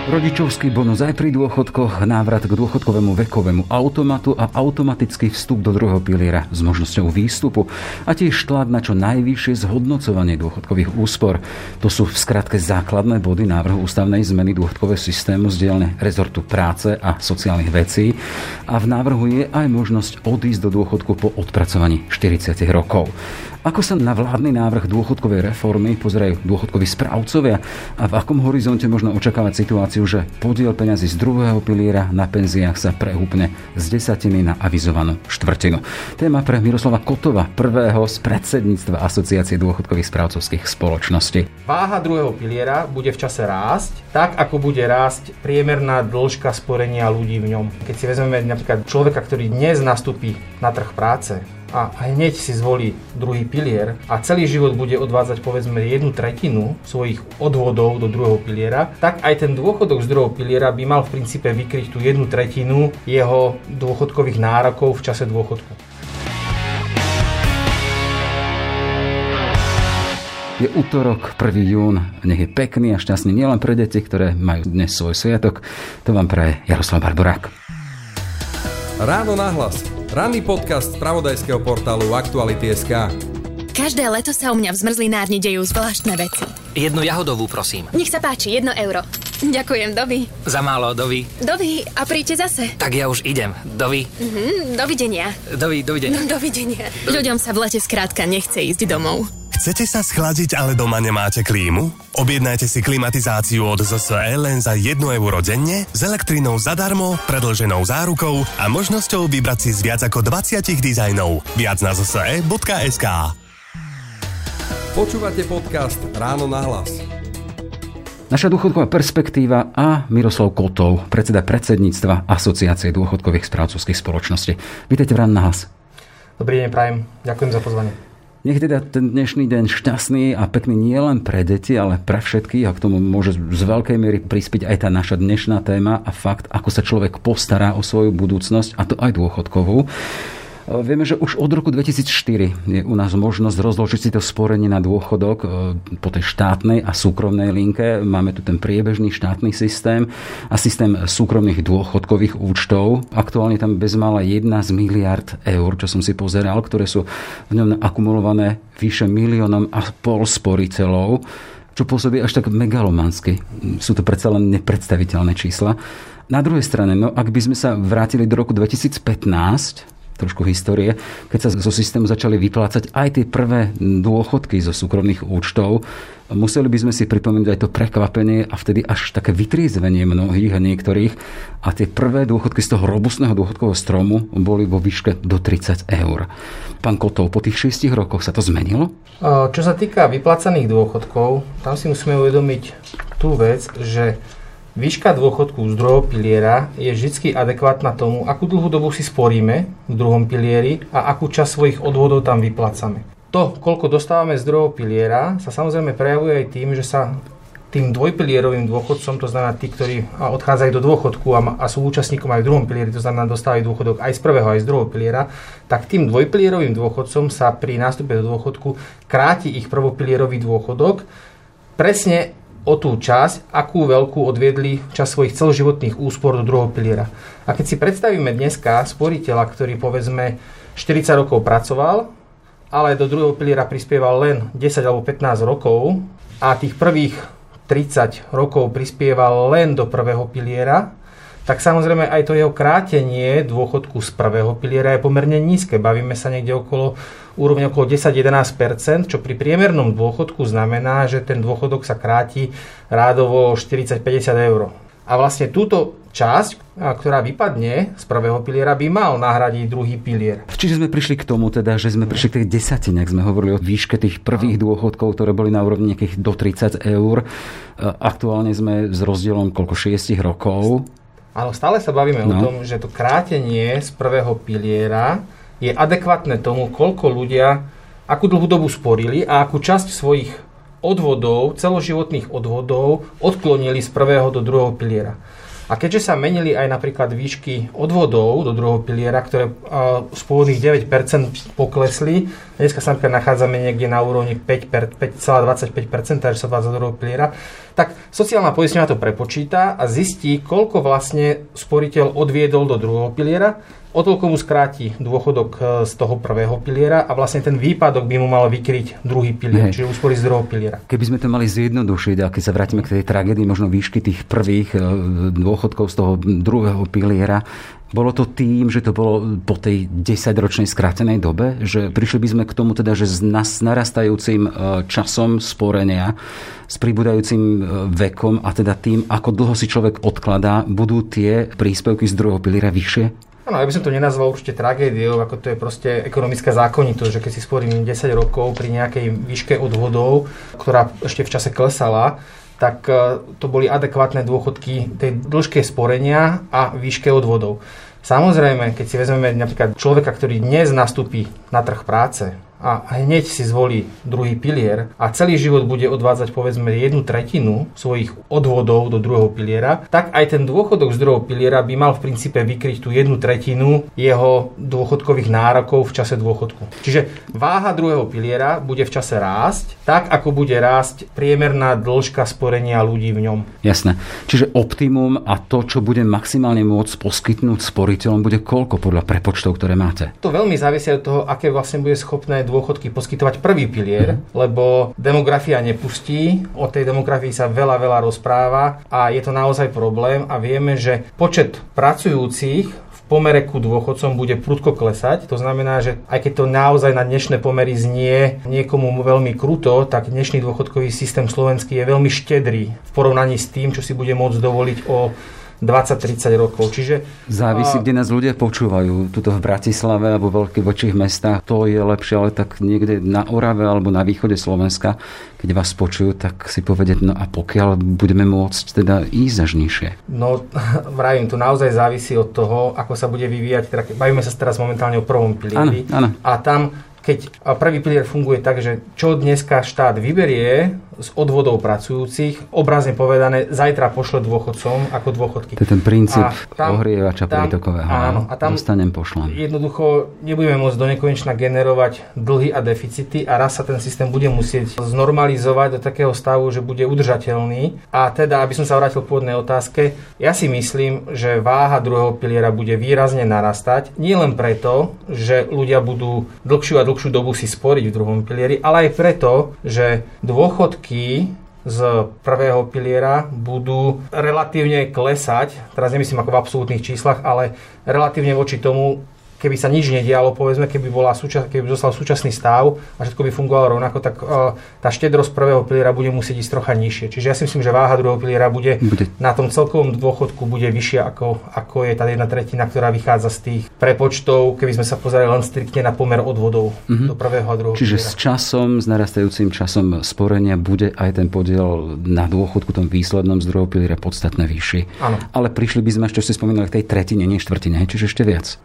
Rodičovský bonus aj pri dôchodkoch, návrat k dôchodkovému vekovému automatu a automatický vstup do druhého piliera s možnosťou výstupu a tiež tlak na čo najvyššie zhodnocovanie dôchodkových úspor. To sú v skratke základné body návrhu ústavnej zmeny dôchodkového systému z dielne rezortu práce a sociálnych vecí a v návrhu je aj možnosť odísť do dôchodku po odpracovaní 40 rokov. Ako sa na vládny návrh dôchodkovej reformy pozerajú dôchodkoví správcovia a v akom horizonte možno očakávať situáciu, že podiel peňazí z druhého piliera na penziách sa prehúpne z 10% na avizovanú 1/4. Téma pre Miroslava Kotova, prvého z predsedníctva Asociácie dôchodkových správcovských spoločností. Váha druhého piliera bude v čase rásť, tak ako bude rásť priemerná dĺžka sporenia ľudí v ňom. Keď si vezmeme napríklad človeka, ktorý dnes nastúpi na trh práce a hneď si zvolí druhý pilier a celý život bude odvádzať povedzme 1/3 svojich odvodov do druhého piliera, tak aj ten dôchodok z druhého piliera by mal v princípe vykryť tú 1/3 jeho dôchodkových nárokov v čase dôchodku. Je utorok, 1. jún, nech je pekný a šťastný nielen pre deti, ktoré majú dnes svoj sviatok. To vám praje Jaroslav Barborák. Ráno nahlas. Ranný podcast z spravodajského portálu Aktuality.sk. Každé leto sa u mňa v zmrzlinárni dejú zvláštne veci. Jednu jahodovú, prosím. Nech sa páči, 1 euro. Ďakujem, dovi. Za málo, dovi. Dovi, a príďte zase. Tak ja už idem. Dovi. Dovidenia. Dovidenia. Dovidenia. Ľuďom sa v lete skrátka nechce ísť domov. Chcete sa schladiť, ale doma nemáte klímu? Objednajte si klimatizáciu od ZSE len za 1 euro denne, s elektrinou zadarmo, predĺženou zárukou a možnosťou vybrať si z viac ako 20 dizajnov. Viac na zse.sk. Počúvate podcast Ráno nahlas. Naša dôchodková perspektíva a Miroslav Kotov, predseda predsedníctva Asociácie dôchodkových správcovských spoločností. Vítajte v Ráno nahlas. Dobrý deň, prajem. Ďakujem za pozvanie. Nech teda ten dnešný deň šťastný a pekný nie len pre deti, ale pre všetkých a k tomu môže z veľkej miery prispieť aj tá naša dnešná téma a fakt, ako sa človek postará o svoju budúcnosť, a to aj dôchodkovú. Vieme, že už od roku 2004 je u nás možnosť rozložiť si to sporenie na dôchodok po tej štátnej a súkromnej linke. Máme tu ten priebežný štátny systém a systém súkromných dôchodkových účtov. Aktuálne tam bezmála 1 miliard eur, čo som si pozeral, ktoré sú v ňom akumulované vyše 1,5 milióna sporiteľov, čo pôsobí až tak megalomansky. Sú to predsa len nepredstaviteľné čísla. Na druhej strane, ak by sme sa vrátili do roku 2015, trošku histórie, keď sa zo systému začali vyplácať aj tie prvé dôchodky zo súkromných účtov, museli by sme si pripomenúť aj to prekvapenie a vtedy až také vytriezvenie mnohých a niektorých. A tie prvé dôchodky z toho robustného dôchodkového stromu boli vo výške do 30 eur. Pán Kotov, po tých 6 rokoch sa to zmenilo? Čo sa týka vyplácaných dôchodkov, tam si musíme uvedomiť tú vec, že výška dôchodku z druhého piliera je vždy adekvátna tomu, akú dlhú dobu si sporíme v druhom pilieri a akú časť svojich odvodov tam vyplácame. To, koľko dostávame z druhého piliera, sa samozrejme prejavuje aj tým, že sa tým dvojpilierovým dôchodcom, to znamená tí, ktorí odchádzajú do dôchodku a sú účastníkom aj v druhom pilieri, to znamená dostávajú dôchodok aj z prvého, aj z druhého piliera, tak tým dvojpilierovým dôchodcom sa pri nástupe do dôchodku kráti ich prvopilierový dôchodok presne o tú časť, akú veľkú odviedli časť svojich celoživotných úspor do druhého piliera. A keď si predstavíme dneska sporiteľa, ktorý povedzme 40 rokov pracoval, ale do druhého piliera prispieval len 10 alebo 15 rokov a tých prvých 30 rokov prispieval len do prvého piliera, tak samozrejme aj to jeho krátenie dôchodku z prvého piliera je pomerne nízke. Bavíme sa niekde úrovne okolo 10-11%, čo pri priemernom dôchodku znamená, že ten dôchodok sa kráti rádovo 40-50 eur. A vlastne túto časť, ktorá vypadne z prvého piliera, by mal nahradiť druhý pilier. Čiže sme prišli k tomu, teda, že sme prišli k tej desatine, ak sme hovorili o výške tých prvých dôchodkov, ktoré boli na úrovni nejakých do 30 eur. Aktuálne sme s rozdielom koľko 6 rokov. Ale stále sa bavíme o tom, že to krátenie z prvého piliera je adekvátne tomu, koľko ľudia, akú dlhú dobu sporili a akú časť svojich odvodov, celoživotných odvodov odklonili z prvého do druhého piliera. A keďže sa menili aj napríklad výšky odvodov do druhého piliera, ktoré z pôvodných 9% poklesli, dneska sa napríklad nachádzame niekde na úrovni 5,25%, takže sa vádza do druhého piliera, tak sociálna poisťovňa to prepočíta a zistí, koľko vlastne sporiteľ odviedol do druhého piliera, o toľko mu skráti dôchodok z toho prvého piliera a vlastne ten výpadok by mu mal vykryť druhý pilier, čiže úspory z druhého piliera. Keby sme to mali zjednodušiť, a keď sa vrátime k tej tragédii, možno výšky tých prvých dôchodkov z toho druhého piliera, bolo to tým, že to bolo po tej 10-ročnej skrátenej dobe, že prišli by sme k tomu teda, že s narastajúcim časom sporenia, s pribúdajúcim vekom a teda tým, ako dlho si človek odkladá, budú tie príspevky z druhého piliera vyššie? Áno, ja by som to nenazval určite tragédiou, ako to je proste ekonomická zákonitosť, že keď si sporím 10 rokov pri nejakej výške odvodov, ktorá ešte v čase klesala, tak to boli adekvátne dôchodky tej dĺžke sporenia a výške odvodov. Samozrejme, keď si vezmeme napríklad človeka, ktorý dnes nastúpi na trh práce a hneď si zvolí druhý pilier a celý život bude odvádzať povedzme 1/3 svojich odvodov do druhého piliera, tak aj ten dôchodok z druhého piliera by mal v princípe vykryť tú 1/3 jeho dôchodkových nárokov v čase dôchodku. Čiže váha druhého piliera bude v čase rásť, tak ako bude rásť priemerná dĺžka sporenia ľudí v ňom. Jasné. Čiže optimum a to, čo bude maximálne môcť poskytnúť sporiteľom, bude koľko podľa prepočtov, ktoré máte? To veľmi závisí od toho, aké vlastne bude schopné dôchodky poskytovať prvý pilier, lebo demografia nepustí, o tej demografii sa veľa rozpráva a je to naozaj problém a vieme, že počet pracujúcich v pomere ku dôchodcom bude prudko klesať. To znamená, že aj keď to naozaj na dnešné pomery znie niekomu veľmi kruto, tak dnešný dôchodkový systém slovenský je veľmi štedrý v porovnaní s tým, čo si bude môcť dovoliť o 20-30 rokov. Čiže závisí, kde nás ľudia počúvajú. Tuto v Bratislave alebo v veľkých väčších mestách to je lepšie, ale tak niekde na Orave alebo na východe Slovenska, keď vás počujú, tak si povedať, no a pokiaľ budeme môcť teda ísť až nižšie. No, vravím, to naozaj závisí od toho, ako sa bude vyvíjať. Teda, bavíme sa teraz momentálne o prvom pilieri. Áno. A tam, keď prvý pilier funguje tak, že čo dneska štát vyberie z odvodov pracujúcich, obrazne povedané, zajtra pošle dôchodcom ako dôchodky. To je ten princíp ohrievača prítokového. Áno, a tam dostanem, pošlem. Jednoducho nebudeme môcť do nekonečna generovať dlhy a deficity a raz sa ten systém bude musieť znormalizovať do takého stavu, že bude udržateľný. A teda, aby som sa vrátil k pôvodnej otázke, ja si myslím, že váha druhého piliera bude výrazne narastať. Nie len preto, že ľudia budú dlhšiu a dlhšiu dobu si sporiť v druhom pilieri, ale aj preto, že dôchodky z prvého piliera budú relatívne klesať, teraz nemyslím ako v absolútnych číslach, ale relatívne voči tomu, keby sa nič nedialo, povedzme, keby zostal súčasný stav a všetko by fungovalo rovnako, tak tá štedrosť prvého piliera bude musieť ísť trocha nižšie. Čiže ja si myslím, že váha druhého piliera bude na tom celkovom dôchodku bude vyššia ako je tá 1/3, ktorá vychádza z tých prepočtov, keby sme sa pozerali len striktne na pomer odvodov do prvého a druhého Čiže piliera. S časom, s narastajúcim časom sporenia bude aj ten podiel na dôchodku tom výslednom z druhého piliera podstatne vyšší. Áno. Ale prišli by sme, ešte ste spomínali, k tej tretine, nie štvrtine, čiže ešte viac.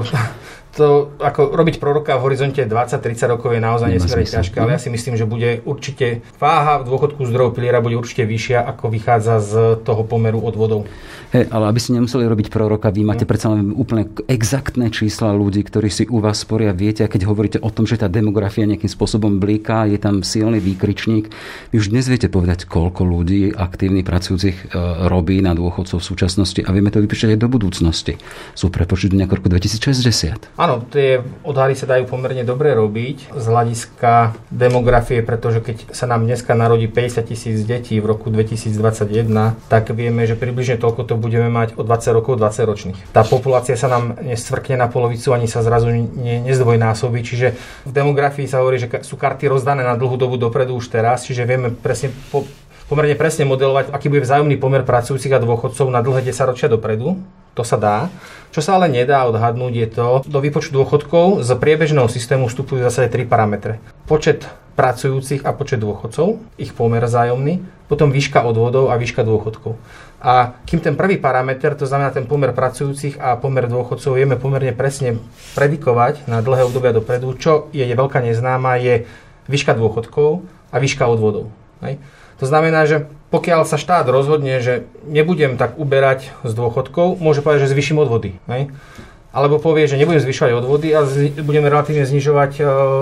To ako robiť proroka v horizonte 20-30 rokov je naozaj nesmierne ťažké, ale ja si myslím, že bude určite váha v dôchodku z druhého piliera bude určite vyššia, ako vychádza z toho pomeru odvodov. Ale aby ste nemuseli robiť proroka, vy máte predsa len úplne exaktné čísla ľudí, ktorí si u vás sporia, viete, a keď hovoríte o tom, že tá demografia nejakým spôsobom blíka, je tam silný výkričník, vy už dnes viete povedať, koľko ľudí aktívnych pracujúcich robí na dôchodcov v súčasnosti a vieme to vypísať aj do budúcnosti. Sú prepočty do nejakého roku 2060. Áno, tie odhady sa dajú pomerne dobre robiť z hľadiska demografie, pretože keď sa nám dneska narodí 50 000 detí v roku 2021, tak vieme, že približne toľko to budeme mať o 20 rokov 20 ročných. Tá populácia sa nám nescvrkne na polovicu, ani sa zrazu nezdvojnásobí, čiže v demografii sa hovorí, že sú karty rozdané na dlhú dobu dopredu už teraz, čiže vieme pomerne presne modelovať, aký bude vzájomný pomer pracujúcich a dôchodcov na dlhé 10 ročia dopredu. To sa dá. Čo sa ale nedá odhadnúť je to, do výpočtu dôchodkov z priebežného systému vstupujú v zásade 3 parametre. Počet pracujúcich a počet dôchodcov, ich pomer vzájomný, potom výška odvodov a výška dôchodkov. A kým ten prvý parameter, to znamená ten pomer pracujúcich a pomer dôchodcov, vieme pomerne presne predikovať na dlhé obdobia dopredu, čo je veľká neznáma, je výška dôchodkov a výška odvodov. Hej. To znamená, že pokiaľ sa štát rozhodne, že nebudem tak uberať z dôchodkov, môže povedať, že zvýšim odvody. Hej? Alebo povie, že nebudem zvyšovať odvody a budeme relatívne znižovať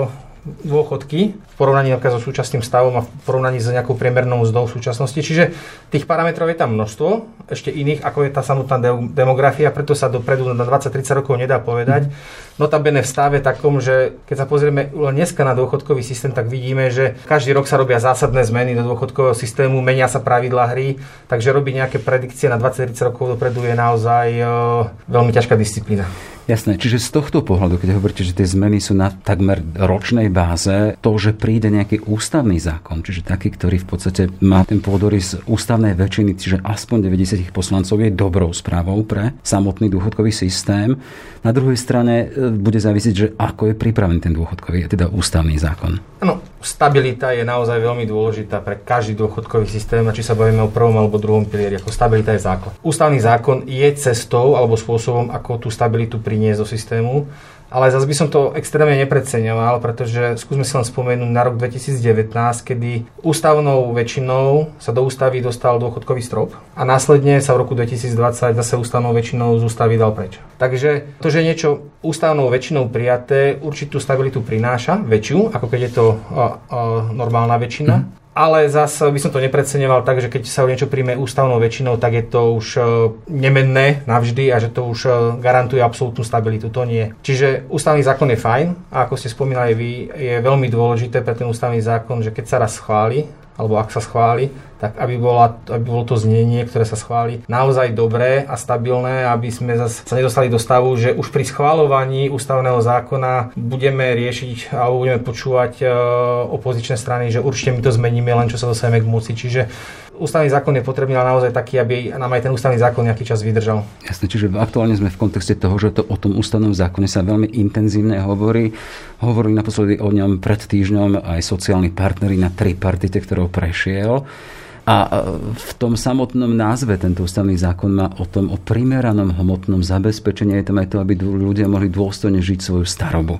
dôchodky v porovnaní so súčasným stavom a v porovnaní s nejakou priemernou mzdou v súčasnosti. Čiže tých parametrov je tam množstvo, ešte iných, ako je tá samotná demografia, preto sa dopredu na 20-30 rokov nedá povedať. Notabene v stave takom, že keď sa pozrieme dneska na dôchodkový systém, tak vidíme, že každý rok sa robia zásadné zmeny do dôchodkového systému, menia sa pravidlá hry, takže robiť nejaké predikcie na 20-30 rokov dopredu je naozaj veľmi ťažká disciplína. Jasné, čiže z tohto pohľadu, keď hovoríte, že tie zmeny sú na takmer ročnej báze, to, že príde nejaký ústavný zákon, čiže taký, ktorý v podstate má ten pôdorys ústavnej väčšiny, čiže aspoň 90 poslancov, je dobrou správou pre samotný dôchodkový systém. Na druhej strane bude závisieť, že ako je pripravený ten dôchodkový, teda ústavný zákon. Áno, stabilita je naozaj veľmi dôležitá pre každý dôchodkový systém, či sa bavíme o prvom alebo druhom pilieri, ako stabilita je základ. Ústavný zákon je cestou alebo spôsobom, ako tú stabilitu priniesť do systému, ale zase by som to extrémne nepreceňoval, pretože skúsme si len spomenúť na rok 2019, kedy ústavnou väčšinou sa do ústavy dostal dôchodkový strop a následne sa v roku 2020 zase ústavnou väčšinou z ústavy dal preč. Takže to, že niečo ústavnou väčšinou prijaté, určitú stabilitu prináša, väčšiu, ako keď je to normálna väčšina. Ale zase by som to nepreceňoval tak, že keď sa niečo príjme ústavnou väčšinou, tak je to už nemenné navždy a že to už garantuje absolútnu stabilitu. To nie. Čiže ústavný zákon je fajn a ako ste spomínali vy, je veľmi dôležité pre ten ústavný zákon, že keď sa raz schváli, alebo ak sa schváli, tak aby bolo to znenie, ktoré sa schváli, naozaj dobré a stabilné, aby sme zase sa nedostali do stavu, že už pri schváľovaní ústavného zákona budeme riešiť alebo budeme počúvať opozičné strany, že určite my to zmeníme, len čo sa dostaneme k moci. Čiže ústavný zákon je potrebný naozaj taký, aby nám aj ten ústavný zákon nejaký čas vydržal. Jasne, čiže aktuálne sme v kontexte toho, že to o tom ústavnom zákone sa veľmi intenzívne hovorí. Hovorili naposledy o ňom pred týždňom aj sociálni partneri na tripartite, ktorou prešiel. A v tom samotnom názve tento ústavný zákon má o primeranom hmotnom zabezpečení. Je tam aj to, aby ľudia mohli dôstojne žiť svoju starobu.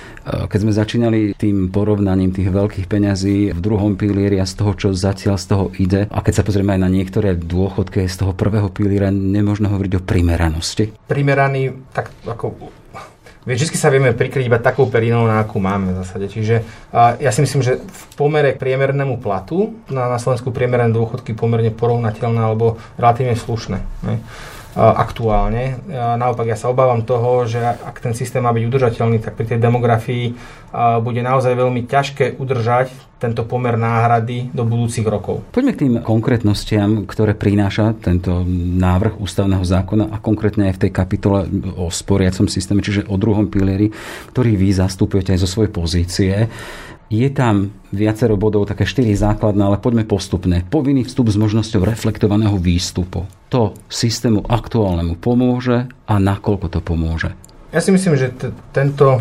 Keď sme začínali tým porovnaním tých veľkých peňazí v druhom pilieri a z toho, čo zatiaľ z toho ide, a keď sa pozrieme aj na niektoré dôchodky z toho prvého piliera, nemôžno hovoriť o primeranosti? Primeraný, tak ako... Vždy sa vieme prikryť iba takou perinou, na akú máme v zásade. Čiže ja si myslím, že v pomere k priemernému platu na Slovensku priemerné dôchodky pomerne porovnateľné alebo relatívne slušné. Ne? Aktuálne. Naopak ja sa obávam toho, že ak ten systém má byť udržateľný, tak pri tej demografii bude naozaj veľmi ťažké udržať tento pomer náhrady do budúcich rokov. Poďme k tým konkrétnostiam, ktoré prináša tento návrh ústavného zákona a konkrétne aj v tej kapitole o sporiacom systéme, čiže o druhom pilieri, ktorý vy zastupujete aj zo svojej pozície. Je tam viacero bodov, také 4 základné, ale poďme postupne. Povinný vstup s možnosťou reflektovaného výstupu. To systému aktuálnemu pomôže a nakoľko to pomôže? Ja si myslím, že tento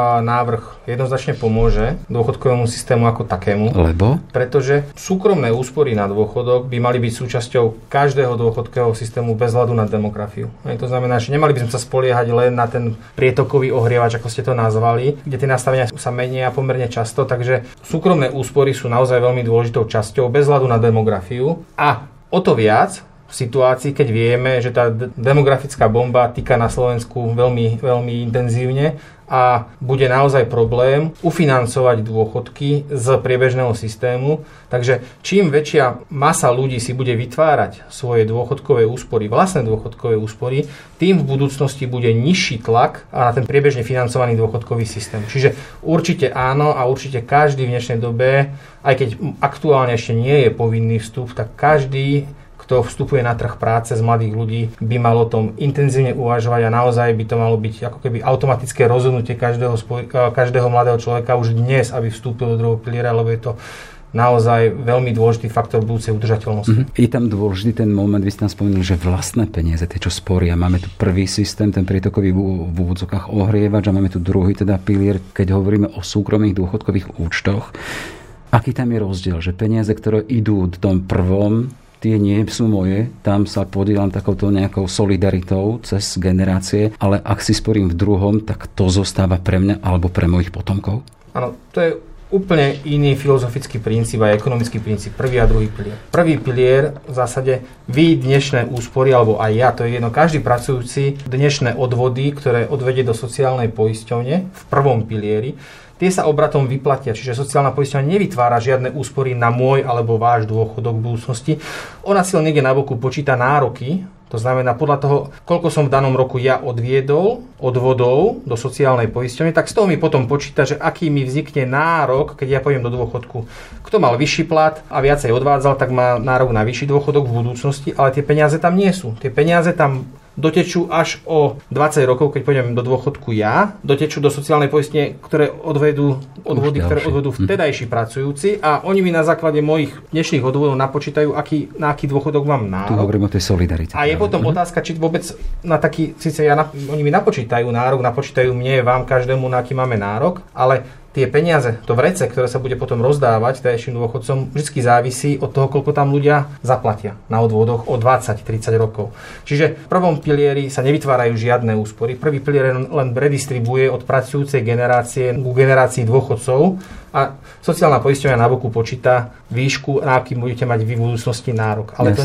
návrh jednoznačne pomôže dôchodkovému systému ako takému. Lebo? Pretože súkromné úspory na dôchodok by mali byť súčasťou každého dôchodkového systému bez hľadu na demografiu. To znamená, že nemali by sme sa spoliehať len na ten prietokový ohrievač, ako ste to nazvali, kde tie nastavenia sa menia pomerne často, takže súkromné úspory sú naozaj veľmi dôležitou časťou bez hľadu na demografiu a o to viac v situácii, keď vieme, že tá demografická bomba týka na Slovensku veľmi, veľmi intenzívne a bude naozaj problém ufinancovať dôchodky z priebežného systému. Takže čím väčšia masa ľudí si bude vytvárať svoje dôchodkové úspory, vlastné dôchodkové úspory, tým v budúcnosti bude nižší tlak na ten priebežne financovaný dôchodkový systém. Čiže určite áno a určite každý v dnešnej dobe, aj keď aktuálne ešte nie je povinný vstup, tak každý, kto vstupuje na trh práce z mladých ľudí, by mal o tom intenzívne uvažovať a naozaj by to malo byť ako keby automatické rozhodnutie každého mladého človeka už dnes, aby vstúpil do druhého piliera, lebo je to naozaj veľmi dôležitý faktor budúcej udržateľnosti. Je tam dôležitý ten moment, vy ste tam spomenuli, že vlastné peniaze, tie čo sporia. Máme tu prvý systém, ten prietokový v úvodzokách ohrievač a máme tu druhý teda pilier, keď hovoríme o súkromných dôchodkových účtoch. Aký tam je rozdiel, že peniaze, ktoré idú v tom prvom, tie nie sú moje, tam sa podielam takouto nejakou solidaritou cez generácie, ale ak si sporím v druhom, tak to zostáva pre mňa alebo pre mojich potomkov? Áno, to je úplne iný filozofický princíp a ekonomický princíp, prvý a druhý pilier. Prvý pilier v zásade vy dnešné úspory, alebo aj ja, to je jedno, každý pracujúci dnešné odvody, ktoré odvedie do sociálnej poisťovne v prvom pilieri, tie sa obratom vyplatia, čiže sociálna poisťovňa nevytvára žiadne úspory na môj alebo váš dôchodok v budúcnosti. Ona si len niekde na boku počíta nároky, to znamená podľa toho, koľko som v danom roku ja odviedol odvodov do sociálnej poisťovne, tak z toho mi potom počíta, že aký mi vznikne nárok, keď ja pôjdem do dôchodku. Kto mal vyšší plat a viacej odvádzal, tak má nárok na vyšší dôchodok v budúcnosti, ale tie peniaze tam nie sú. Tie peniaze tam dotečú až o 20 rokov, keď pôjdem do dôchodku ja, dotečú do sociálnej poistenie, ktoré odvedú odvody, ktoré odvedú vtedajší pracujúci a oni mi na základe mojich dnešných odvodov napočítajú, na aký dôchodok mám nárok. Tu hovorím o tej solidarite. A je potom otázka, či vôbec na taký, síce oni mi napočítajú nárok, napočítajú mne, vám, každému, na aký máme nárok, ale tie peniaze, to vrece, ktoré sa bude potom rozdávať vtedajším dôchodcom, vždy závisí od toho, koľko tam ľudia zaplatia na odvodoch o 20-30 rokov. Čiže v prvom pilieri sa nevytvárajú žiadne úspory. Prvý pilier len redistribuje od pracujúcej generácie k generácii dôchodcov a sociálna poisťovňa na boku počíta výšku, na aký budete mať vy v budúcnosti nárok. Ale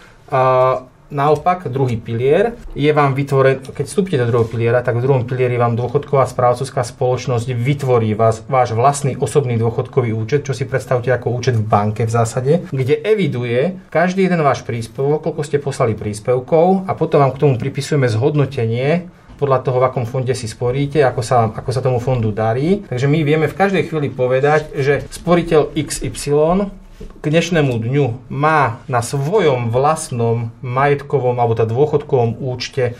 naopak, druhý pilier je vám vytvorený, keď vstúpite do druhého piliera, tak v druhom pilieri vám dôchodková správcovská spoločnosť vytvorí váš vlastný osobný dôchodkový účet, čo si predstavte ako účet v banke v zásade, kde eviduje každý jeden váš príspevok, koľko ste poslali príspevkov a potom vám k tomu pripisujeme zhodnotenie podľa toho, v akom fonde si sporíte, ako sa tomu fondu darí. Takže my vieme v každej chvíli povedať, že sporiteľ XY k dnešnému dňu má na svojom vlastnom majetkovom alebo dôchodkovom účte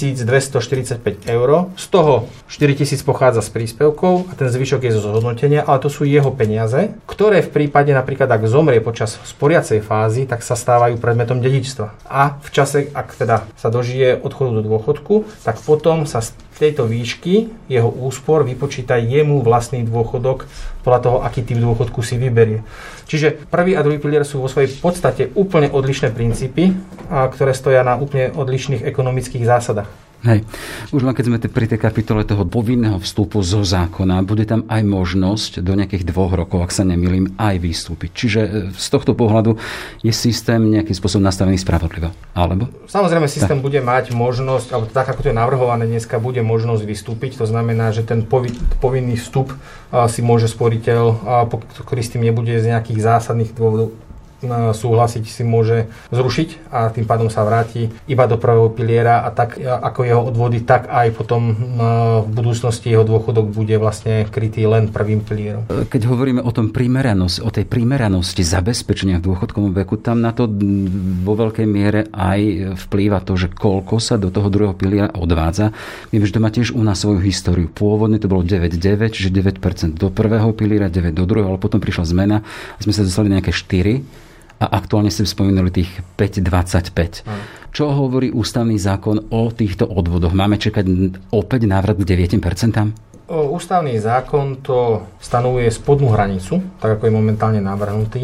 5245 €, z toho 4000 pochádza z príspevkov a ten zvyšok je zo zhodnotenia, ale to sú jeho peniaze, ktoré v prípade napríklad, ak zomrie počas sporiacej fázy, tak sa stávajú predmetom dedičstva. A v čase, ak teda sa dožije odchodu do dôchodku, tak potom sa z tejto výšky jeho úspor vypočíta jemu vlastný dôchodok podľa toho, aký typ dôchodku si vyberie. Čiže prvý a druhý pilier sú vo svojej podstate úplne odlišné princípy, ktoré stoja na úplne odlišných ekonomických zásadách. Hej. Už len keď sme pri tej kapitole toho povinného vstupu zo zákona, bude tam aj možnosť do nejakých 2 rokov, ak sa nemýlim, aj vystúpiť. Čiže z tohto pohľadu je systém nejakým spôsobom nastavený spravodlivo. Alebo? Samozrejme, systém bude mať možnosť, alebo tak ako to je navrhované dneska, bude možnosť vystúpiť. To znamená, že ten povinný vstup si môže sporiteľ, ktorý s tým nebude z nejakých zásadných dôvodov súhlasiť, si môže zrušiť a tým pádom sa vráti iba do prvého piliera a tak ako jeho odvody, tak aj potom v budúcnosti jeho dôchodok bude vlastne krytý len prvým pilierom. Keď hovoríme o tej primeranosti zabezpečenia v dôchodkovom veku, tam na to vo veľkej miere aj vplýva to, že koľko sa do toho druhého piliera odvádza. Viem, že to má tiež u nás svoju históriu. Pôvodne to bolo 9,9, čiže 9% do prvého piliera, 9 do druhého, ale potom prišla zmena a sme sa dostali nejaké 4. A aktuálne ste spomínali tých 5,25. Čo hovorí ústavný zákon o týchto odvodoch? Máme čakať opäť návrat k 9%? Ústavný zákon to stanovuje spodnú hranicu, tak ako je momentálne navrhnutý.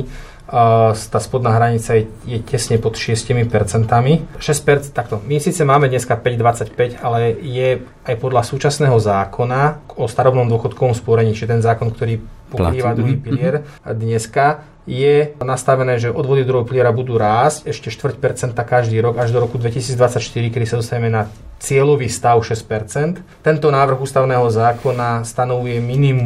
Tá spodná hranica je tesne pod 6%. 6%, takto. My síce máme dneska 5,25, ale je aj podľa súčasného zákona o starobnom dôchodkovom sporení, čiže ten zákon, ktorý pokrýva druhý pilier dneska, je nastavené, že odvody druhého piliera budú rásť ešte 4% každý rok až do roku 2024, kedy sa dostaneme na cieľový stav 6%. Tento návrh ústavného zákona stanovuje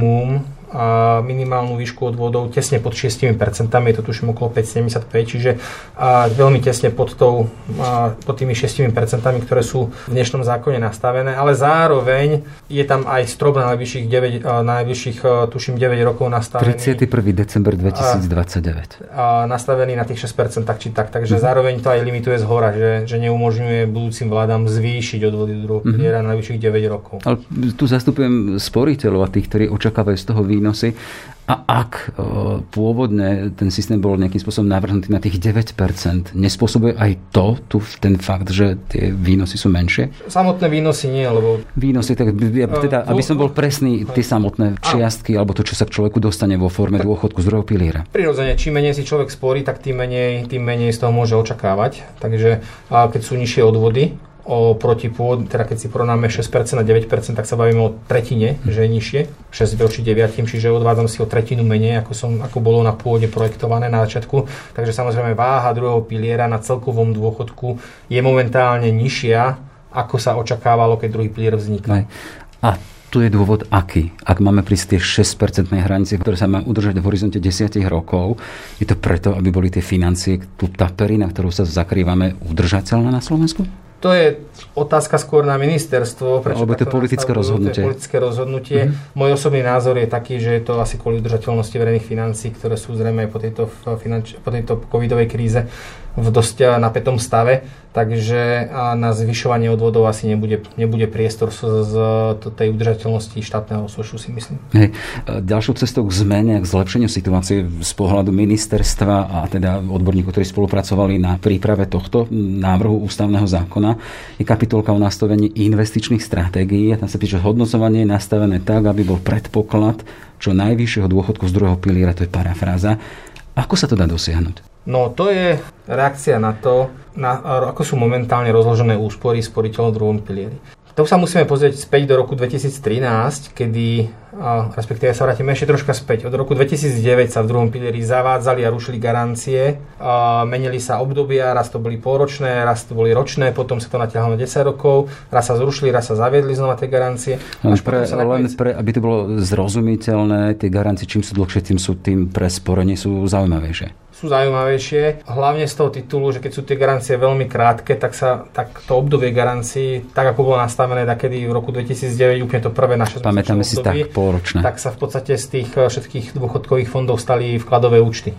minimálnu výšku odvodov tesne pod 6%, je to tuším okolo 5,75, čiže veľmi tesne pod tými 6%, ktoré sú v dnešnom zákone nastavené, ale zároveň je tam aj strop na najbližších tuším 9 rokov nastavený. 31. december 2029. Nastavený na tých 6% tak či tak, takže zároveň to aj limituje zhora, že neumožňuje budúcim vládam zvýšiť odvody do druhého piliera na najbližších 9 rokov. Ale tu zastupujem sporiteľov a tých, ktorí očakávajú z toho výnosy. A ak pôvodne ten systém bol nejakým spôsobom navrhnutý na tých 9%, nespôsobuje aj ten fakt, že tie výnosy sú menšie? Samotné výnosy nie, lebo... Výnosy, teda, aby som bol presný, tie samotné čiastky, alebo to, čo sa k človeku dostane vo forme dôchodku z druhého piliera. Prirodzene, čím menej si človek sporí, tak tým menej z toho môže očakávať. Takže keď sú nižšie odvody, oproti pôvodne, teda keď si porovnáme 6% a 9%, tak sa bavíme o tretine, že je nižšie, 6 voči 9, čiže odvádzam si o tretinu menej, ako bolo na pôvodne projektované na začiatku. Takže samozrejme váha druhého piliera na celkovom dôchodku je momentálne nižšia, ako sa očakávalo, keď druhý pilier vznikol. A tu je dôvod aký? Ak máme prísť tie 6% hranice, ktoré sa má udržať v horizonte 10 rokov, je to preto, aby boli tie financie, tú tapery, na ktorú sa zakrývame, udržateľné na Slovensku? To je otázka skôr na ministerstvo. Alebo to je politické rozhodnutie. Politické rozhodnutie. Môj osobný názor je taký, že je to asi kvôli udržateľnosti verejných financií, ktoré sú zrejme po tejto covidovej kríze v dosť napätom stave. Takže na zvyšovanie odvodov asi nebude priestor z tej udržateľnosti štátneho rozpočtu, si myslím. Hej. Ďalšou cestou k zmene, k zlepšeniu situácie z pohľadu ministerstva a teda odborníkov, ktorí spolupracovali na príprave tohto návrhu ústavného zákona, je kapitolka o nastavení investičných stratégií. A tam sa píše, že hodnocovanie je nastavené tak, aby bol predpoklad čo najvyššieho dôchodku z druhého piliera, to je parafráza. Ako sa to dá dosiahnuť? No to je reakcia na to, ako sú momentálne rozložené úspory sporiteľov v druhom pilieri. To sa musíme pozrieť späť do roku 2013, kedy, respektíve sa vrátime ešte troška späť. Od roku 2009 sa v druhom pilieri zavádzali a rušili garancie, menili sa obdobia, raz to boli polročné, raz to boli ročné, potom sa to natiahlo na 10 rokov, raz sa zrušili, raz sa zaviedli znova tie garancie. Aby to bolo zrozumiteľné, tie garancie, čím sú dlhšie, tým pre sporenie sú zaujímavejšie. Sú zaujímavejšie, hlavne z toho titulu, že keď sú tie garancie veľmi krátke, tak to obdobie garancií, tak ako bolo nastavené takedy v roku 2009, úplne to prvé naše pamätáme si tak polročné, tak sa v podstate z tých všetkých dôchodkových fondov stali vkladové účty.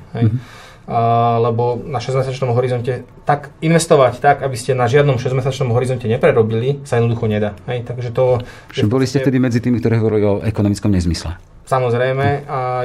Lebo na 6-mesačnom horizonte tak investovať tak, aby ste na žiadnom 6-mesačnom horizonte neprerobili, sa jednoducho nedá. Takže to... Boli ste vtedy medzi tými, ktorí hovorili o ekonomickom nezmysle. Samozrejme, a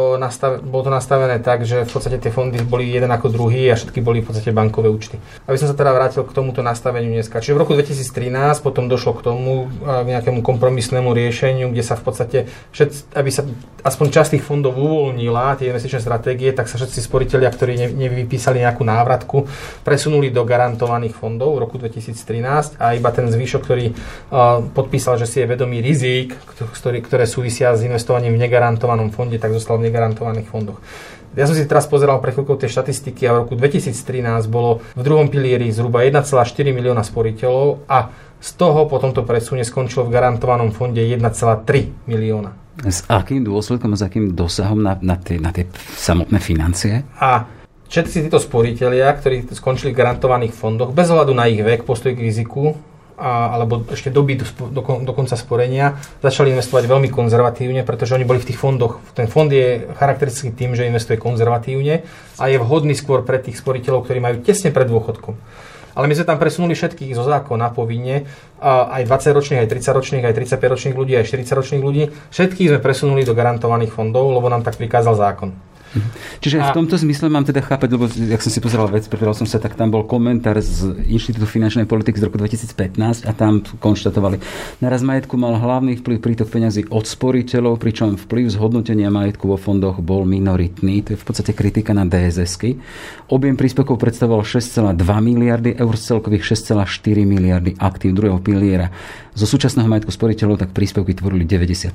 bolo to nastavené tak, že v podstate tie fondy boli jeden ako druhý a všetky boli v podstate bankové účty. Aby som sa teda vrátil k tomuto nastaveniu dneska. Čiže v roku 2013 potom došlo k tomu, k nejakému kompromisnému riešeniu, kde sa v podstate, aby sa aspoň časť tých fondov uvoľnila, tie investičné stratégie, tak sa všetci sporitelia, ktorí nevypísali nejakú návratku, presunuli do garantovaných fondov v roku 2013 a iba ten zvyšok, ktorý podpísal, že si je vedomý rizík, ktoré súvisia s investovaním v negarantovanom fonde, tak zostal v negarantovaných fondoch. Ja som si teraz pozeral pre chvíľkou tie štatistiky a v roku 2013 bolo v druhom pilieri zhruba 1,4 milióna sporiteľov a z toho po tomto presune skončilo v garantovanom fonde 1,3 milióna. S akým dôsledkom a s akým dosahom na tie samotné financie? A všetci títo sporitelia, ktorí skončili v garantovaných fondoch, bez ohľadu na ich vek, postoj k riziku, alebo ešte doby do konca sporenia, začali investovať veľmi konzervatívne, pretože oni boli v tých fondoch. Ten fond je charakteristický tým, že investuje konzervatívne a je vhodný skôr pre tých sporiteľov, ktorí majú tesne pred dôchodkom. Ale my sme tam presunuli všetkých zo zákona povinne, aj 20-ročných, aj 30-ročných, aj 35-ročných ľudí, aj 40-ročných ľudí. Všetkých sme presunuli do garantovaných fondov, lebo nám tak prikázal zákon. Čiže v tomto zmysle mám teda chápať, lebo jak som si pozeral vec, preveral som sa, tak tam bol komentár z Inštitútu finančnej politiky z roku 2015 a tam konštatovali, naraz majetku mal hlavný vplyv prítok peňazí od sporiteľov, pričom vplyv zhodnotenia majetku vo fondoch bol minoritný. To je v podstate kritika na DSS-ky. Objem príspevkov predstavoval 6,2 miliardy eur z celkových 6,4 miliardy aktív druhého piliera. Zo súčasného majetku sporiteľov tak príspevky tvorili 97%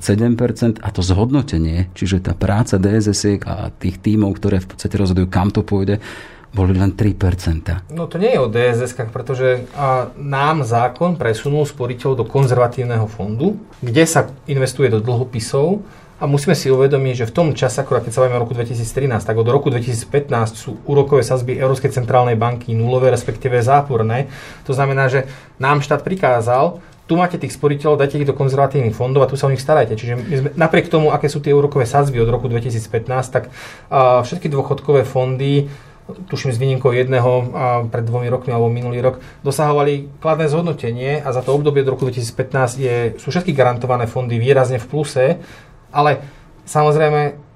a to zhodnotenie, čiže tá práca DSS-iek a tých tímov, ktoré v podstate rozhodujú, kam to pôjde, boli len 3%. No to nie je o DSS-kách, pretože nám zákon presunul sporiteľov do konzervatívneho fondu, kde sa investuje do dlhopisov a musíme si uvedomiť, že v tom čase, akorát keď sa bavíme o roku 2013, tak od roku 2015 sú úrokové sadzby Európskej centrálnej banky nulové, respektíve záporné. To znamená, že nám štát prikázal, tu máte tých sporiteľov, dajte ich do konzervatívnych fondov a tu sa o nich starajte. Čiže my sme, napriek tomu, aké sú tie úrokové sadzby od roku 2015, tak všetky dôchodkové fondy, tuším s výnimkou jedného pred 2 rokmi alebo minulý rok, dosahovali kladné zhodnotenie a za to obdobie do roku 2015 sú všetky garantované fondy výrazne v pluse, ale samozrejme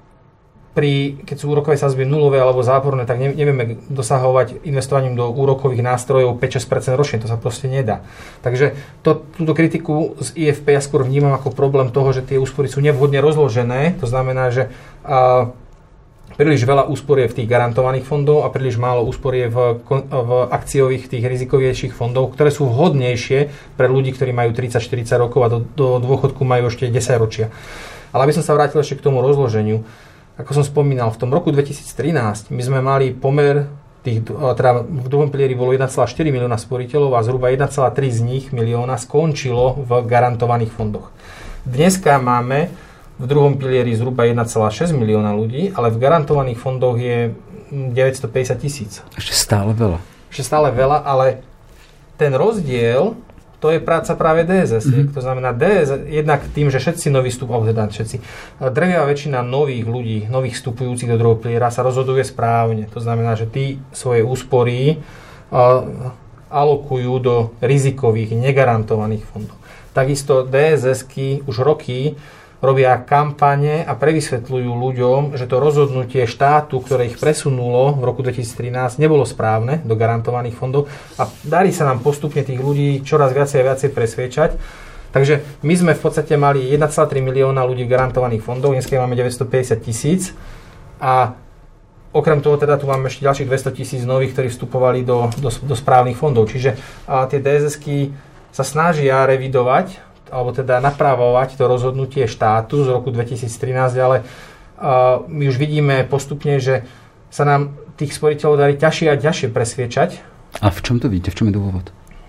keď sú úrokové sadzby nulové alebo záporné, tak nevieme dosahovať investovaním do úrokových nástrojov 5-6% ročne, to sa proste nedá. Takže túto kritiku z IFP ja skôr vnímam ako problém toho, že tie úspory sú nevhodne rozložené, to znamená, že príliš veľa úsporie v tých garantovaných fondov a príliš málo úsporie v akciových tých rizikovejších fondov, ktoré sú vhodnejšie pre ľudí, ktorí majú 30-40 rokov a do dôchodku majú ešte 10 ročia. Ale aby som sa vrátil ešte k tomu rozloženiu, ako som spomínal, v tom roku 2013 my sme mali pomer teda v druhom pilieri bolo 1,4 milióna sporiteľov a zhruba 1,3 z nich milióna skončilo v garantovaných fondoch. Dneska máme v druhom pilieri zhruba 1,6 milióna ľudí, ale v garantovaných fondoch je 950 000. Ešte stále veľa. Ale ten rozdiel, to je práca práve DSS. To znamená DSS, jednak tým, že všetci noví drvivá väčšina nových ľudí, nových vstupujúcich do druhého piliera sa rozhoduje správne. To znamená, že tí svoje úspory alokujú do rizikových, negarantovaných fondov. Takisto DSS-ky už roky robia kampane a prevysvetľujú ľuďom, že to rozhodnutie štátu, ktoré ich presunulo v roku 2013, nebolo správne do garantovaných fondov a darí sa nám postupne tých ľudí čoraz viacej a viacej presviečať. Takže my sme v podstate mali 1,3 milióna ľudí v garantovaných fondoch, dnes máme 950 000 a okrem toho teda tu máme ešte ďalších 200 000 nových, ktorí vstupovali do správnych fondov. Čiže tie DSS-ky sa snažia revidovať alebo teda napravovať to rozhodnutie štátu z roku 2013, ale my už vidíme postupne, že sa nám tých sporiteľov darí ťažšie a ťažšie presviečať. A v čom to vidíte? V čom je dôvod?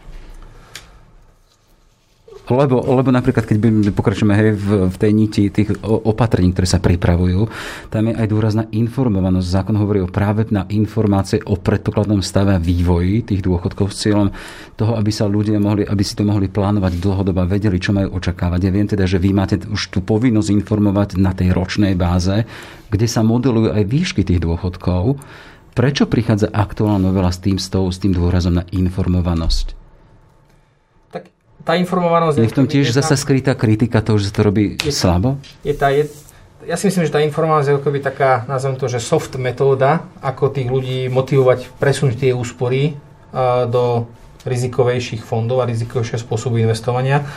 Lebo napríklad, keď pokračujeme v tej niti tých opatrení, ktoré sa pripravujú, tam je aj dôrazná informovanosť. Zákon hovorí práve na informácie o predpokladnom stave a vývoji tých dôchodkov s cieľom toho, aby sa ľudia aby si to mohli plánovať dlhodobo, vedeli, čo majú očakávať. Ja viem teda, že vy máte už tú povinnosť informovať na tej ročnej báze, kde sa modelujú aj výšky tých dôchodkov. Prečo prichádza aktuálna novela s tým dôrazom na informovanosť? Tá informovanosť... Je v tom tiež zasa skrytá kritika toho, že sa to robí slabo? Ja si myslím, že tá informovanosť je akoby taká, nazvem to, že soft metóda, ako tých ľudí motivovať, presunúť tie úspory do rizikovejších fondov a rizikovejšieho spôsobu investovania.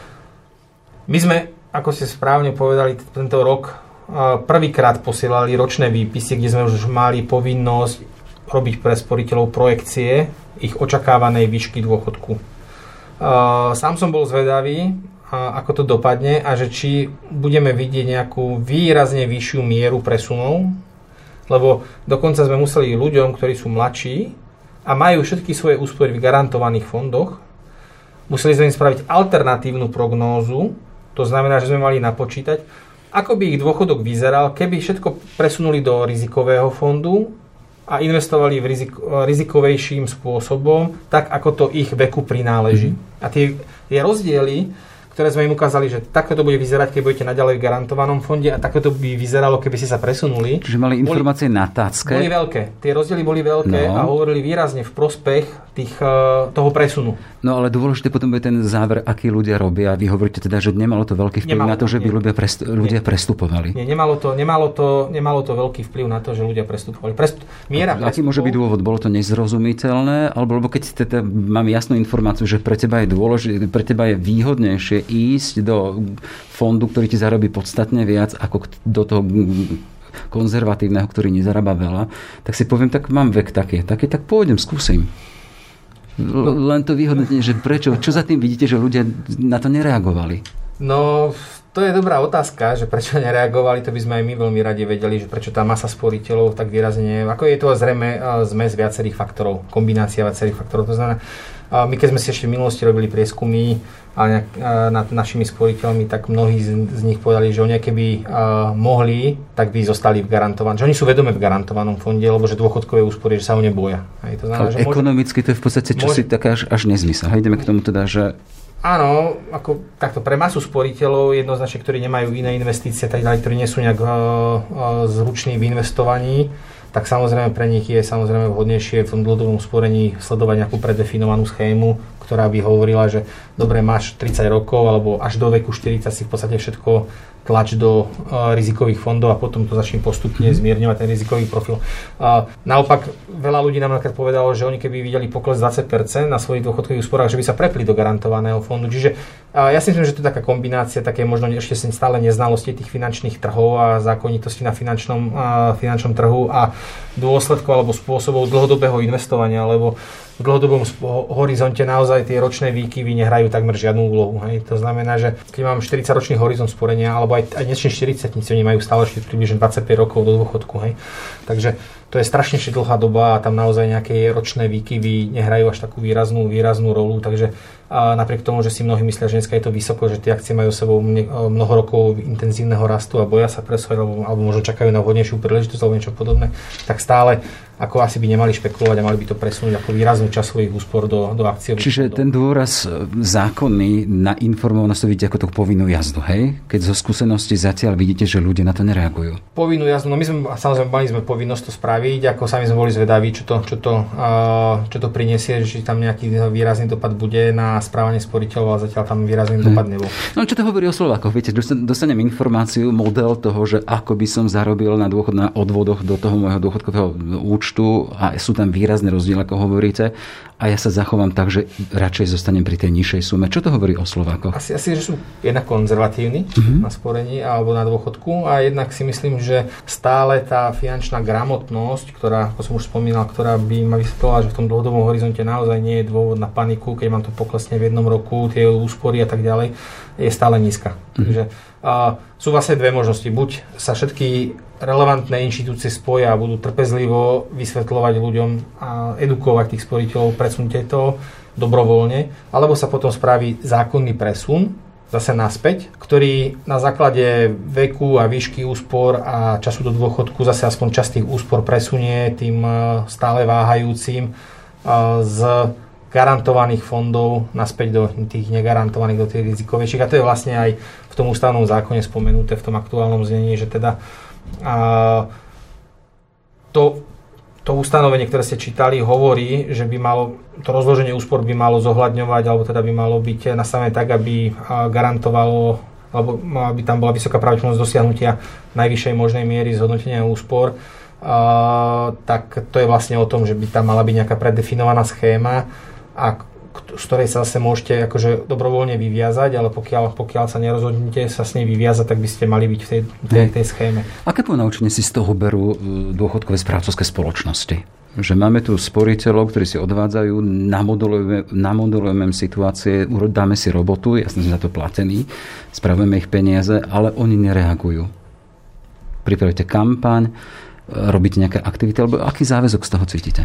My sme, ako ste správne povedali, tento rok prvýkrát posielali ročné výpisy, kde sme už mali povinnosť robiť pre sporiteľov projekcie ich očakávanej výšky dôchodku. Sám som bol zvedavý, ako to dopadne a že či budeme vidieť nejakú výrazne vyššiu mieru presunov, lebo dokonca sme museli ľuďom, ktorí sú mladší a majú všetky svoje úspory v garantovaných fondoch, museli sme im spraviť alternatívnu prognózu, to znamená, že sme mali napočítať, ako by ich dôchodok vyzeral, keby všetko presunuli do rizikového fondu a investovali v rizikovejším spôsobom, tak ako to ich veku prináleží. A tie rozdiely, ktoré sme im ukázali, že takto to bude vyzerať, keď budete naďalej v garantovanom fonde a takto to by vyzeralo, keby ste sa presunuli. Čiže mali informácie na tácke? Boli veľké. Tie rozdiely boli veľké a hovorili výrazne v prospech toho presunu. No ale dôležité potom bude ten záver, akí ľudia robia. Vy hovoríte teda, že nemalo to veľký vplyv na to, že by ľudia prestupovali. Nie, nemalo to veľký vplyv na to, že ľudia prestupovali. Aký môže byť dôvod? Bolo to nezrozumiteľné? Alebo keď teda mám jasnú informáciu, že pre teba je výhodnejšie ísť do fondu, ktorý ti zarobí podstatne viac ako do toho konzervatívneho, ktorý nezarába veľa, tak si poviem, tak mám vek taký, tak pôjdem, skúsim. Len to vyhodnotenie, že prečo, čo za tým vidíte, že ľudia na to nereagovali? No, to je dobrá otázka, že prečo nereagovali, to by sme aj my veľmi radi vedeli, že prečo tá masa sporiteľov tak výrazne, ako je to zrejme zmes viacerých faktorov, kombinácia viacerých faktorov, to znamená, my keď sme si ešte v minulosti robili prieskumy nad našimi sporiteľmi, tak mnohí z nich povedali, že oni keby mohli, tak by zostali v garantovanom. Že oni sú vedome v garantovanom fonde, lebo že dôchodkové úspory, že sa ho neboja. To znamená, že ekonomicky to je v podstate čosi také až nezmysel. Ideme k tomu teda, že... Áno, ako takto pre masu sporiteľov, jednoznačne, ktorí nemajú iné investície, tak ďalej, ktorí nie sú nejak zruční v investovaní, tak samozrejme pre nich je samozrejme vhodnejšie v tom dlhodobom sporení sledovať nejakú predefinovanú schému, ktorá by hovorila, že dobre, máš 30 rokov alebo až do veku 40 si v podstate všetko tlač do rizikových fondov a potom to začne postupne zmierňovať ten rizikový profil. Naopak, veľa ľudí nám napríklad povedalo, že oni keby videli pokles 20% na svojich dôchodkových úsporách, že by sa prepli do garantovaného fondu. Čiže ja si myslím, že to je taká kombinácia také možno ešte stále neznalosti tých finančných trhov a zákonitosti na finančnom trhu a dôsledkov alebo spôsobov dlhodobého investovania, lebo v dlhodobom horizonte naozaj tie ročné výkyvy nehrajú takmer žiadnu úlohu. Hej. To znamená, že keď mám 40-ročný horizont sporenia, alebo aj dnešní 40-tníci, oni majú stále ešte približne 25 rokov do dôchodku. Hej. Takže to je strašne dlhá doba a tam naozaj nejaké ročné výkyvy nehrajú až takú výraznú rolu. Takže napriek tomu, že si mnohí myslia, že dneska je to vysoko, že tie akcie majú sebou mnoho rokov intenzívneho rastu a boja sa presúvať, alebo možno čakajú na vhodnejšiu príležitosť alebo niečo podobné, tak stále ako asi by nemali špekulovať a mali by to presunúť ako výraznú časť svojich úspor do akciových. Čiže ten dôraz zákonný na informovanosť vidíte ako tú povinnú jazdu, hej? Keď zo skúsenosti zatiaľ vidíte, že ľudia na to nereagujú. Povinnú jazdu, no my sme samozrejme mali povinnosť to spraviť, ako sami sme boli zvedaví, čo to prinesie, či tam nejaký výrazný dopad bude na správanie sporiteľov, ale zatiaľ tam výrazný dopad nebol. No čo to hovorí o Slovákoch? Viete, dostanem informáciu, model toho, že ako by som zarobil na odvodoch do toho môjho dôchodkového účtu a sú tam výrazné rozdiely, ako hovoríte, a ja sa zachovám tak, že radšej zostanem pri tej nižšej sume. Čo to hovorí o Slovákoch? Asi že sú jednak konzervatívni na sporení alebo na dôchodku a jednak si myslím, že stále tá finančná gramotnosť, ktorá, ako som už spomínal, ktorá by ma vysvetlila, že v tom dlhodobom horizonte naozaj nie je dôvod na paniku, keď mám to poklesne v jednom roku, tie úspory a tak ďalej, je stále nízka. Takže sú vlastne dve možnosti. Buď sa všetky relevantné inštitúcie spoja a budú trpezlivo vysvetľovať ľuďom a edukovať tých sporiteľov, presunte to dobrovoľne, alebo sa potom spraví zákonný presun zase naspäť, ktorý na základe veku a výšky úspor a času do dôchodku zase aspoň časť tých úspor presunie tým stále váhajúcim z garantovaných fondov naspäť do tých negarantovaných, do tých rizikovejších. A to je vlastne aj v tom ústavnom zákone spomenuté v tom aktuálnom znení, že teda to ustanovenie, ktoré ste čítali, hovorí, že by malo, to rozloženie úspor by malo zohľadňovať, alebo teda by malo byť nastavené tak, aby garantovalo, alebo aby tam bola vysoká pravdepodobnosť dosiahnutia najvyššej možnej miery zhodnotenia úspor. Tak to je vlastne o tom, že by tam mala byť nejaká predefinovaná schéma, z ktorej sa zase môžete akože dobrovoľne vyviazať, ale pokiaľ sa nerozhodnete sa s nej vyviazať, tak by ste mali byť v tej schéme. Aké ponaučenie si z toho berú dôchodkové správcovské spoločnosti? Že máme tu sporiteľov, ktorí si odvádzajú, namodulujeme situácie, dáme si robotu, jasne sme za to platení, spravujeme ich peniaze, ale oni nereagujú. Pripravíte kampaň, robíte nejaké aktivity, alebo aký záväzok z toho cítite?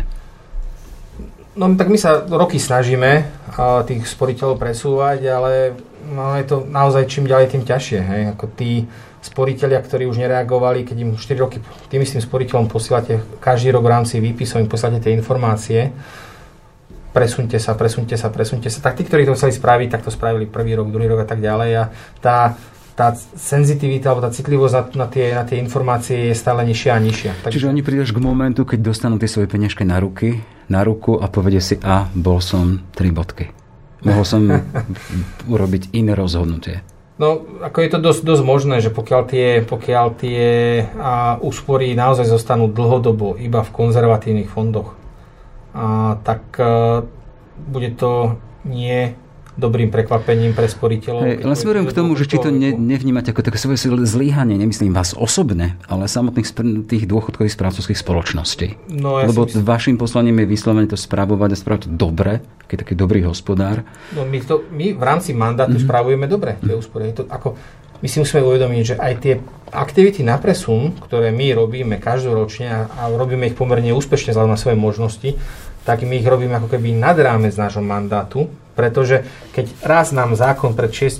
No tak my sa roky snažíme tých sporiteľov presúvať, ale je to naozaj čím ďalej tým ťažšie. Hej? Ako tí sporiteľia, ktorí už nereagovali, keď im 4 roky tým istým sporiteľom posielate každý rok v rámci výpisov, im posielate tie informácie, presunte sa. Tak tí, ktorí to chceli spraviť, tak to spravili prvý rok, druhý rok a tak ďalej. A tá senzitivita alebo tá citlivosť na tie informácie je stále nižšia a nižšia. Čiže oni prídu k momentu, keď dostanú tie svoje peniažky na ruku a povedia si, bol som 3 bodky. Mohol som urobiť iné rozhodnutie. No, ako je to dosť možné, že pokiaľ tie úspory naozaj zostanú dlhodobo iba v konzervatívnych fondoch, tak bude to nie dobrým prekvapením pre sporiteľov. Len smerujem k tomu, že či to nevnímate ako také svoje zlyhanie, nemyslím vás osobne, ale samotných tých dôchodkových správcovských spoločností. No, lebo vašim poslaním je vyslovene to spravovať a spraviť to dobre, keď taký dobrý hospodár. No my v rámci mandátu spravujeme dobre tie úspory. My si musíme uvedomiť, že aj tie aktivity na presun, ktoré my robíme každoročne a robíme ich pomerne úspešne vzhľadom na svoje možnosti, tak my ich robíme ako keby nad rámec nášho mandátu, pretože keď raz nám zákon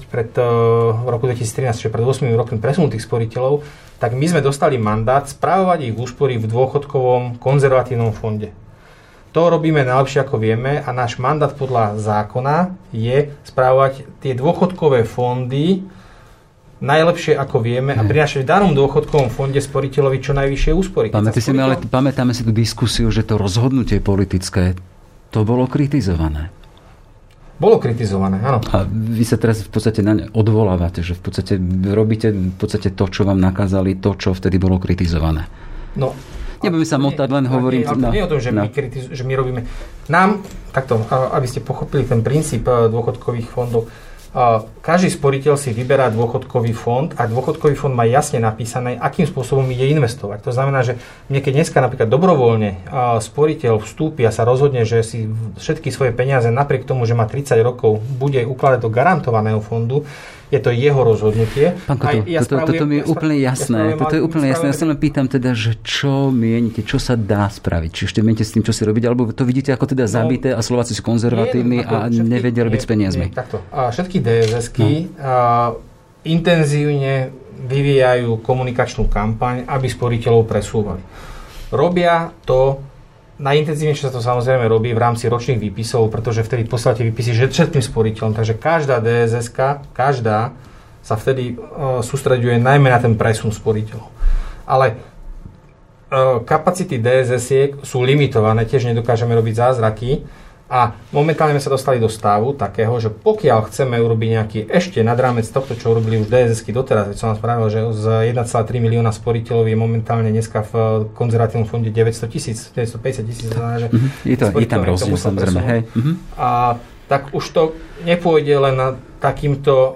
v roku 2013, čiže pred 8 rokmi presunul tých sporiteľov, tak my sme dostali mandát spravovať ich úspory v dôchodkovom konzervatívnom fonde. To robíme najlepšie ako vieme a náš mandát podľa zákona je spravovať tie dôchodkové fondy najlepšie ako vieme a prinášať v danom dôchodkovom fonde sporiteľovi čo najvyššie úspory. Pamätáme si tú diskusiu, že to rozhodnutie politické, to bolo kritizované. Bolo kritizované, áno. A vy sa teraz v podstate na ne odvolávate, že v podstate robíte to, čo vám nakázali, to, čo vtedy bolo kritizované. No, nebudeme sa motať, len hovorím... Nie o tom, že my robíme... Nám, takto, aby ste pochopili ten princíp dôchodkových fondov, každý sporiteľ si vyberá dôchodkový fond a dôchodkový fond má jasne napísané, akým spôsobom ide investovať. To znamená, že mne keď dneska napríklad dobrovoľne sporiteľ vstúpi a sa rozhodne, že si všetky svoje peniaze napriek tomu, že má 30 rokov, bude ukladať do garantovaného fondu, je to jeho rozhodnutie. Pán Kotov, toto mi je úplne jasné. Toto je úplne jasné. Ja sa len pýtam teda, že čo mienite, čo sa dá spraviť? Či ešte mienite s tým, čo si robiť, alebo to vidíte ako teda zabité a Slováci sú konzervatívni a nevedia robiť s peniazmi? Takto. Všetky DSS-ky intenzívne vyvíjajú komunikačnú kampaň, aby sporiteľov presúvali. Robia to najintenzívnejšie sa to samozrejme robí v rámci ročných výpisov, pretože vtedy posielate výpisy všetkým sporiteľom, takže každá DSS-ka, sa vtedy sústreďuje najmä na ten presun sporiteľov. Ale kapacity DSS-iek sú limitované, tiež nedokážeme robiť zázraky a momentálne sme sa dostali do stavu takého, že pokiaľ chceme urobiť nejaký ešte nad rámec tohto, čo urobili už DSS-ky doteraz, veď som vám spravil, že z 1,3 milióna sporiteľov je momentálne dneska v konzervatívnom fonde 900 000, 950 000, znamená, že je tam rozdiel, samozrejme, hej. A tak už to nepôjde len na takýmto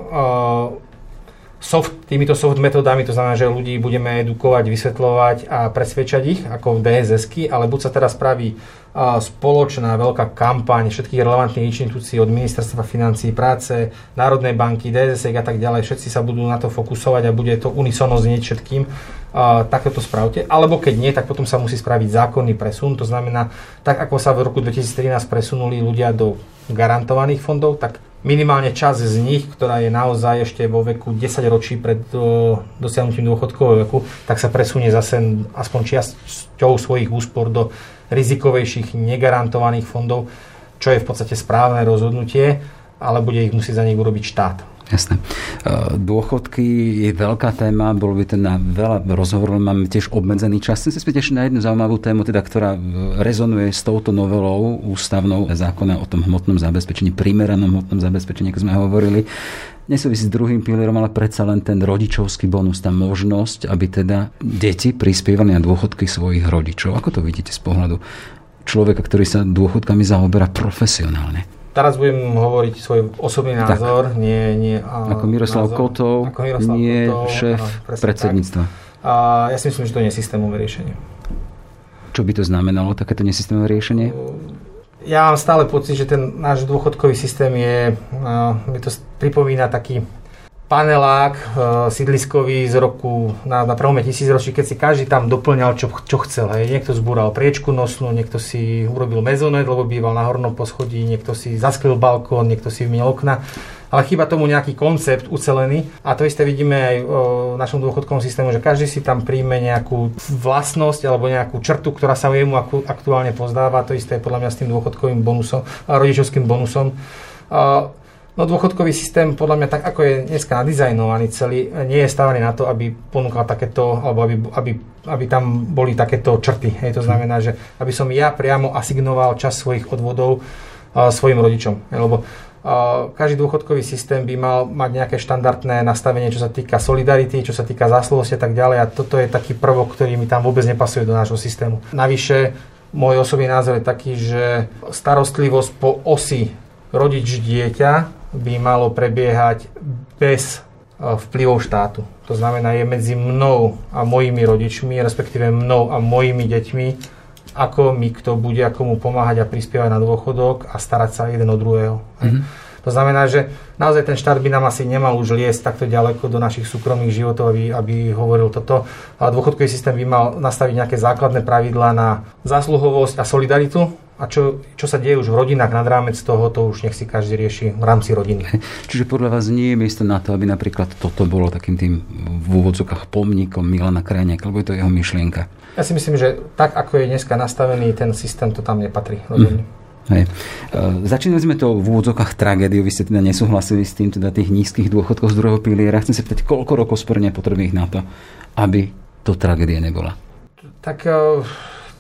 týmito soft metodami, to znamená, že ľudí budeme edukovať, vysvetľovať a presvedčať ich, ako v DSS-ky, ale buď sa teraz spraví spoločná veľká kampaň všetkých relevantných inštitúcií od Ministerstva financií, práce, Národnej banky, DSS a tak ďalej, všetci sa budú na to fokusovať a bude to unisono znieť všetkým, takto to spravte. Alebo keď nie, tak potom sa musí spraviť zákonný presun, to znamená, tak ako sa v roku 2013 presunuli ľudia do garantovaných fondov, tak minimálne časť z nich, ktorá je naozaj ešte vo veku 10 ročí pred dosiahnutím dôchodkového veku, tak sa presunie zase aspoň časťou svojich úspor do rizikovejších negarantovaných fondov, čo je v podstate správne rozhodnutie, ale bude ich musieť za nich urobiť štát. Jasné. Dôchodky je veľká téma, bolo by to na veľa rozhovorov, máme tiež obmedzený čas. Chcem sa spýtať ešte na jednu zaujímavú tému, teda, ktorá rezonuje s touto novelou ústavnou zákona o tom hmotnom zabezpečení, primeranom hmotnom zabezpečení, ako sme hovorili. Nesúvisí s druhým pilierom, ale predsa len ten rodičovský bonus, tá možnosť, aby teda deti prispievali na dôchodky svojich rodičov. Ako to vidíte z pohľadu človeka, ktorý sa dôchodkami zaoberá profesionálne? Teraz budem hovoriť svoj osobný názor, nie ako Miroslav Kotov, nie šéf predsedníctva. Ja si myslím, že to nie je systémové riešenie. Čo by to znamenalo, takéto nesystémové riešenie? Ja mám stále pocit, že ten náš dôchodkový systém mi to pripomína taký panelák sídliskový z roku na prelome tisícročí, keď si každý tam doplňal, čo chcel. Hej. Niekto zbúral priečku nosnú, niekto si urobil mezonet, lebo býval na hornom poschodí, niekto si zasklil balkón, niekto si vymenil okna. Ale chýba tomu nejaký koncept ucelený. A to isté vidíme aj v našom dôchodkovom systému, že každý si tam príjme nejakú vlastnosť alebo nejakú črtu, ktorá sa jemu aktuálne pozdáva. To isté je podľa mňa s tým dôchodkovým bonusom a rodičovským bonusom. No dôchodkový systém, podľa mňa tak, ako je dneska nadizajnovaný celý, nie je stávaný na to, aby ponúkal takéto, alebo aby tam boli takéto črty. Hej, to znamená, že aby som ja priamo asignoval časť svojich odvodov svojim rodičom. Lebo každý dôchodkový systém by mal mať nejaké štandardné nastavenie, čo sa týka solidarity, čo sa týka zásluhosti a tak ďalej. A toto je taký prvok, ktorý mi tam vôbec nepasuje do nášho systému. Navyše, môj osobný názor je taký, že starostlivosť po osi rodič-dieťa by malo prebiehať bez vplyvov štátu. To znamená, je medzi mnou a mojimi rodičmi, respektíve mnou a mojimi deťmi, ako mi kto bude, ako mu pomáhať a prispievať na dôchodok a starať sa jeden od druhého. To znamená, že naozaj ten štát by nám asi nemal už liesť takto ďaleko do našich súkromných životov, aby hovoril toto. A dôchodkový systém by mal nastaviť nejaké základné pravidlá na zásluhovosť a solidaritu. A čo sa deje už v rodinách nad rámec toho, to už nech si každý rieši v rámci rodiny. Čiže podľa vás nie je miesto na to, aby napríklad toto bolo takým tým v úvodzokách pomníkom Milana Krajniaka, lebo je to jeho myšlienka. Ja si myslím, že tak, ako je dneska nastavený ten systém, to tam nepatrí. Rozhodne. Hej. Začínali sme to v úvodzokách tragédiu, vy ste teda nesúhlasili s tým, teda tých nízkych dôchodkov z druhého piliera. Chcem sa pýtať, koľko rokov sporne potrebných na to, aby to tragédia nebola? Tak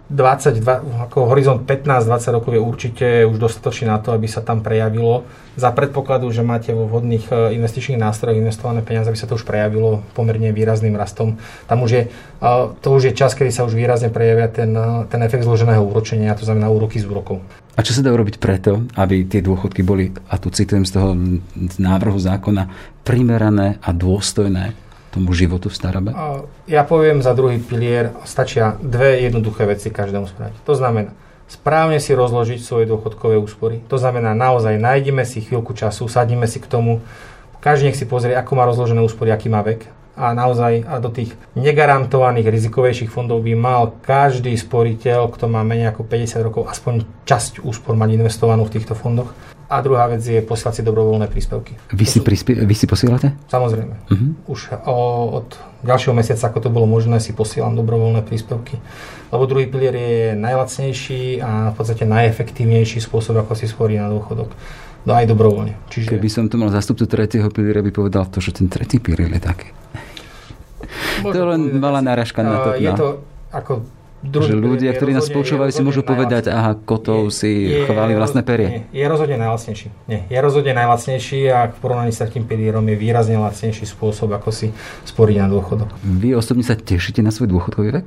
ako horizont 15-20 rokov je určite už dostatočný na to, aby sa tam prejavilo. Za predpokladu, že máte vo vhodných investičných nástrojoch investované peniaze, aby sa to už prejavilo pomerne výrazným rastom. Tam už je, to už je čas, kedy sa už výrazne prejavia ten efekt zloženého úročenia, to znamená úroky z úrokov. A čo sa dá urobiť preto, aby tie dôchodky boli, a tu citujem z toho návrhu zákona, primerané a dôstojné tomu životu v starobe? Ja poviem za druhý pilier, stačia dve jednoduché veci každému spraviť. To znamená, správne si rozložiť svoje dôchodkové úspory. To znamená, naozaj nájdeme si chvíľku času, sadneme si k tomu, každý nech si pozrie, ako má rozložené úspory, aký má vek. A naozaj do tých negarantovaných rizikovejších fondov by mal každý sporiteľ, kto má menej ako 50 rokov, aspoň časť úspor mať investovanú v týchto fondoch. A druhá vec je posielať si dobrovoľné príspevky. Vy si posielate? Samozrejme. Už od ďalšieho mesiaca, ako to bolo možné, si posielam dobrovoľné príspevky. Lebo druhý pilier je najlacnejší a v podstate najefektívnejší spôsob, ako si sporí na dôchodok. No aj dobrovoľne. Čiže... Keby som tu mal zástupcu tretieho piliera, by povedal to, že ten tretí pilier je taký. To je len malá náražka na to. Je to ako... Že ľudia, ktorí nás počúvajú, si môžu povedať, aha, kotov si chváli vlastné perie. Je rozhodne najlacnejší. Je rozhodne najlacnejší a v porovnaní s tretím pilierom je výrazne lacnejší spôsob, ako si sporiť na dôchodok. Vy osobne sa tešíte na svoj dôchodkový vek?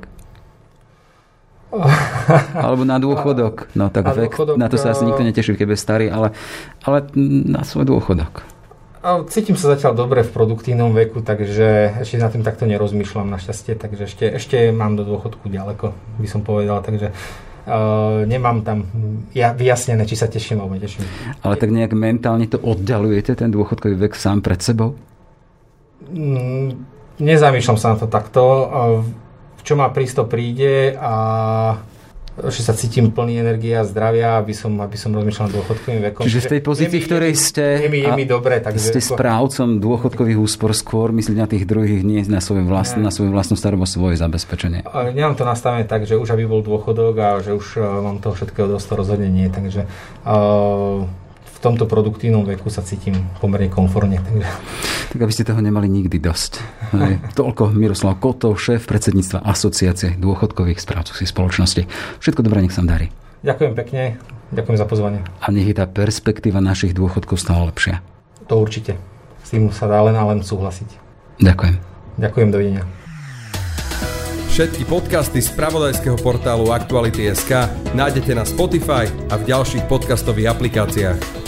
Alebo na dôchodok? No tak vek, na to sa asi nikto neteší, keď je starý, ale na svoj dôchodok. Cítim sa zatiaľ dobre v produktívnom veku, takže ešte na tým takto nerozmýšľam našťastie, takže ešte mám do dôchodku ďaleko, by som povedal, takže nemám tam vyjasnené, či sa teším alebo neteším. Ale tak nejak mentálne to oddialujete, ten dôchodkový vek sám pred sebou? Nezamýšľam sa na to takto. Čo má prísť, to príde a že sa cítim plný energie a zdravia, aby som rozmýšľal nad dôchodkovým vekom. Čiže v tej pozícii, v ktorej ste... Je mi dobre, takže... Ste správcom dôchodkových úspor, skôr myslíte na tých druhých, nie na svoju vlastnú starobu, svoje zabezpečenie. Nemám to nastavené tak, že už aby bol dôchodok a že už mám toho všetkého dosť, rozhodne nie, takže v tomto produktívnom veku sa cítim pomerne komfortne. Takže... Tak aby ste toho nemali nikdy dosť. Toľko Miroslav Kotov, šéf predsedníctva Asociácie dôchodkových správcovských spoločností. Všetko dobré, nech sa darí. Ďakujem pekne, ďakujem za pozvanie. A nech je tá perspektíva našich dôchodkov stále lepšia. To určite. S tým sa dá len súhlasiť. Ďakujem. Ďakujem, dovidenia. Všetky podcasty z spravodajského portálu Aktuality.sk nájdete na Spotify a v ďalších podcastových aplikáciách.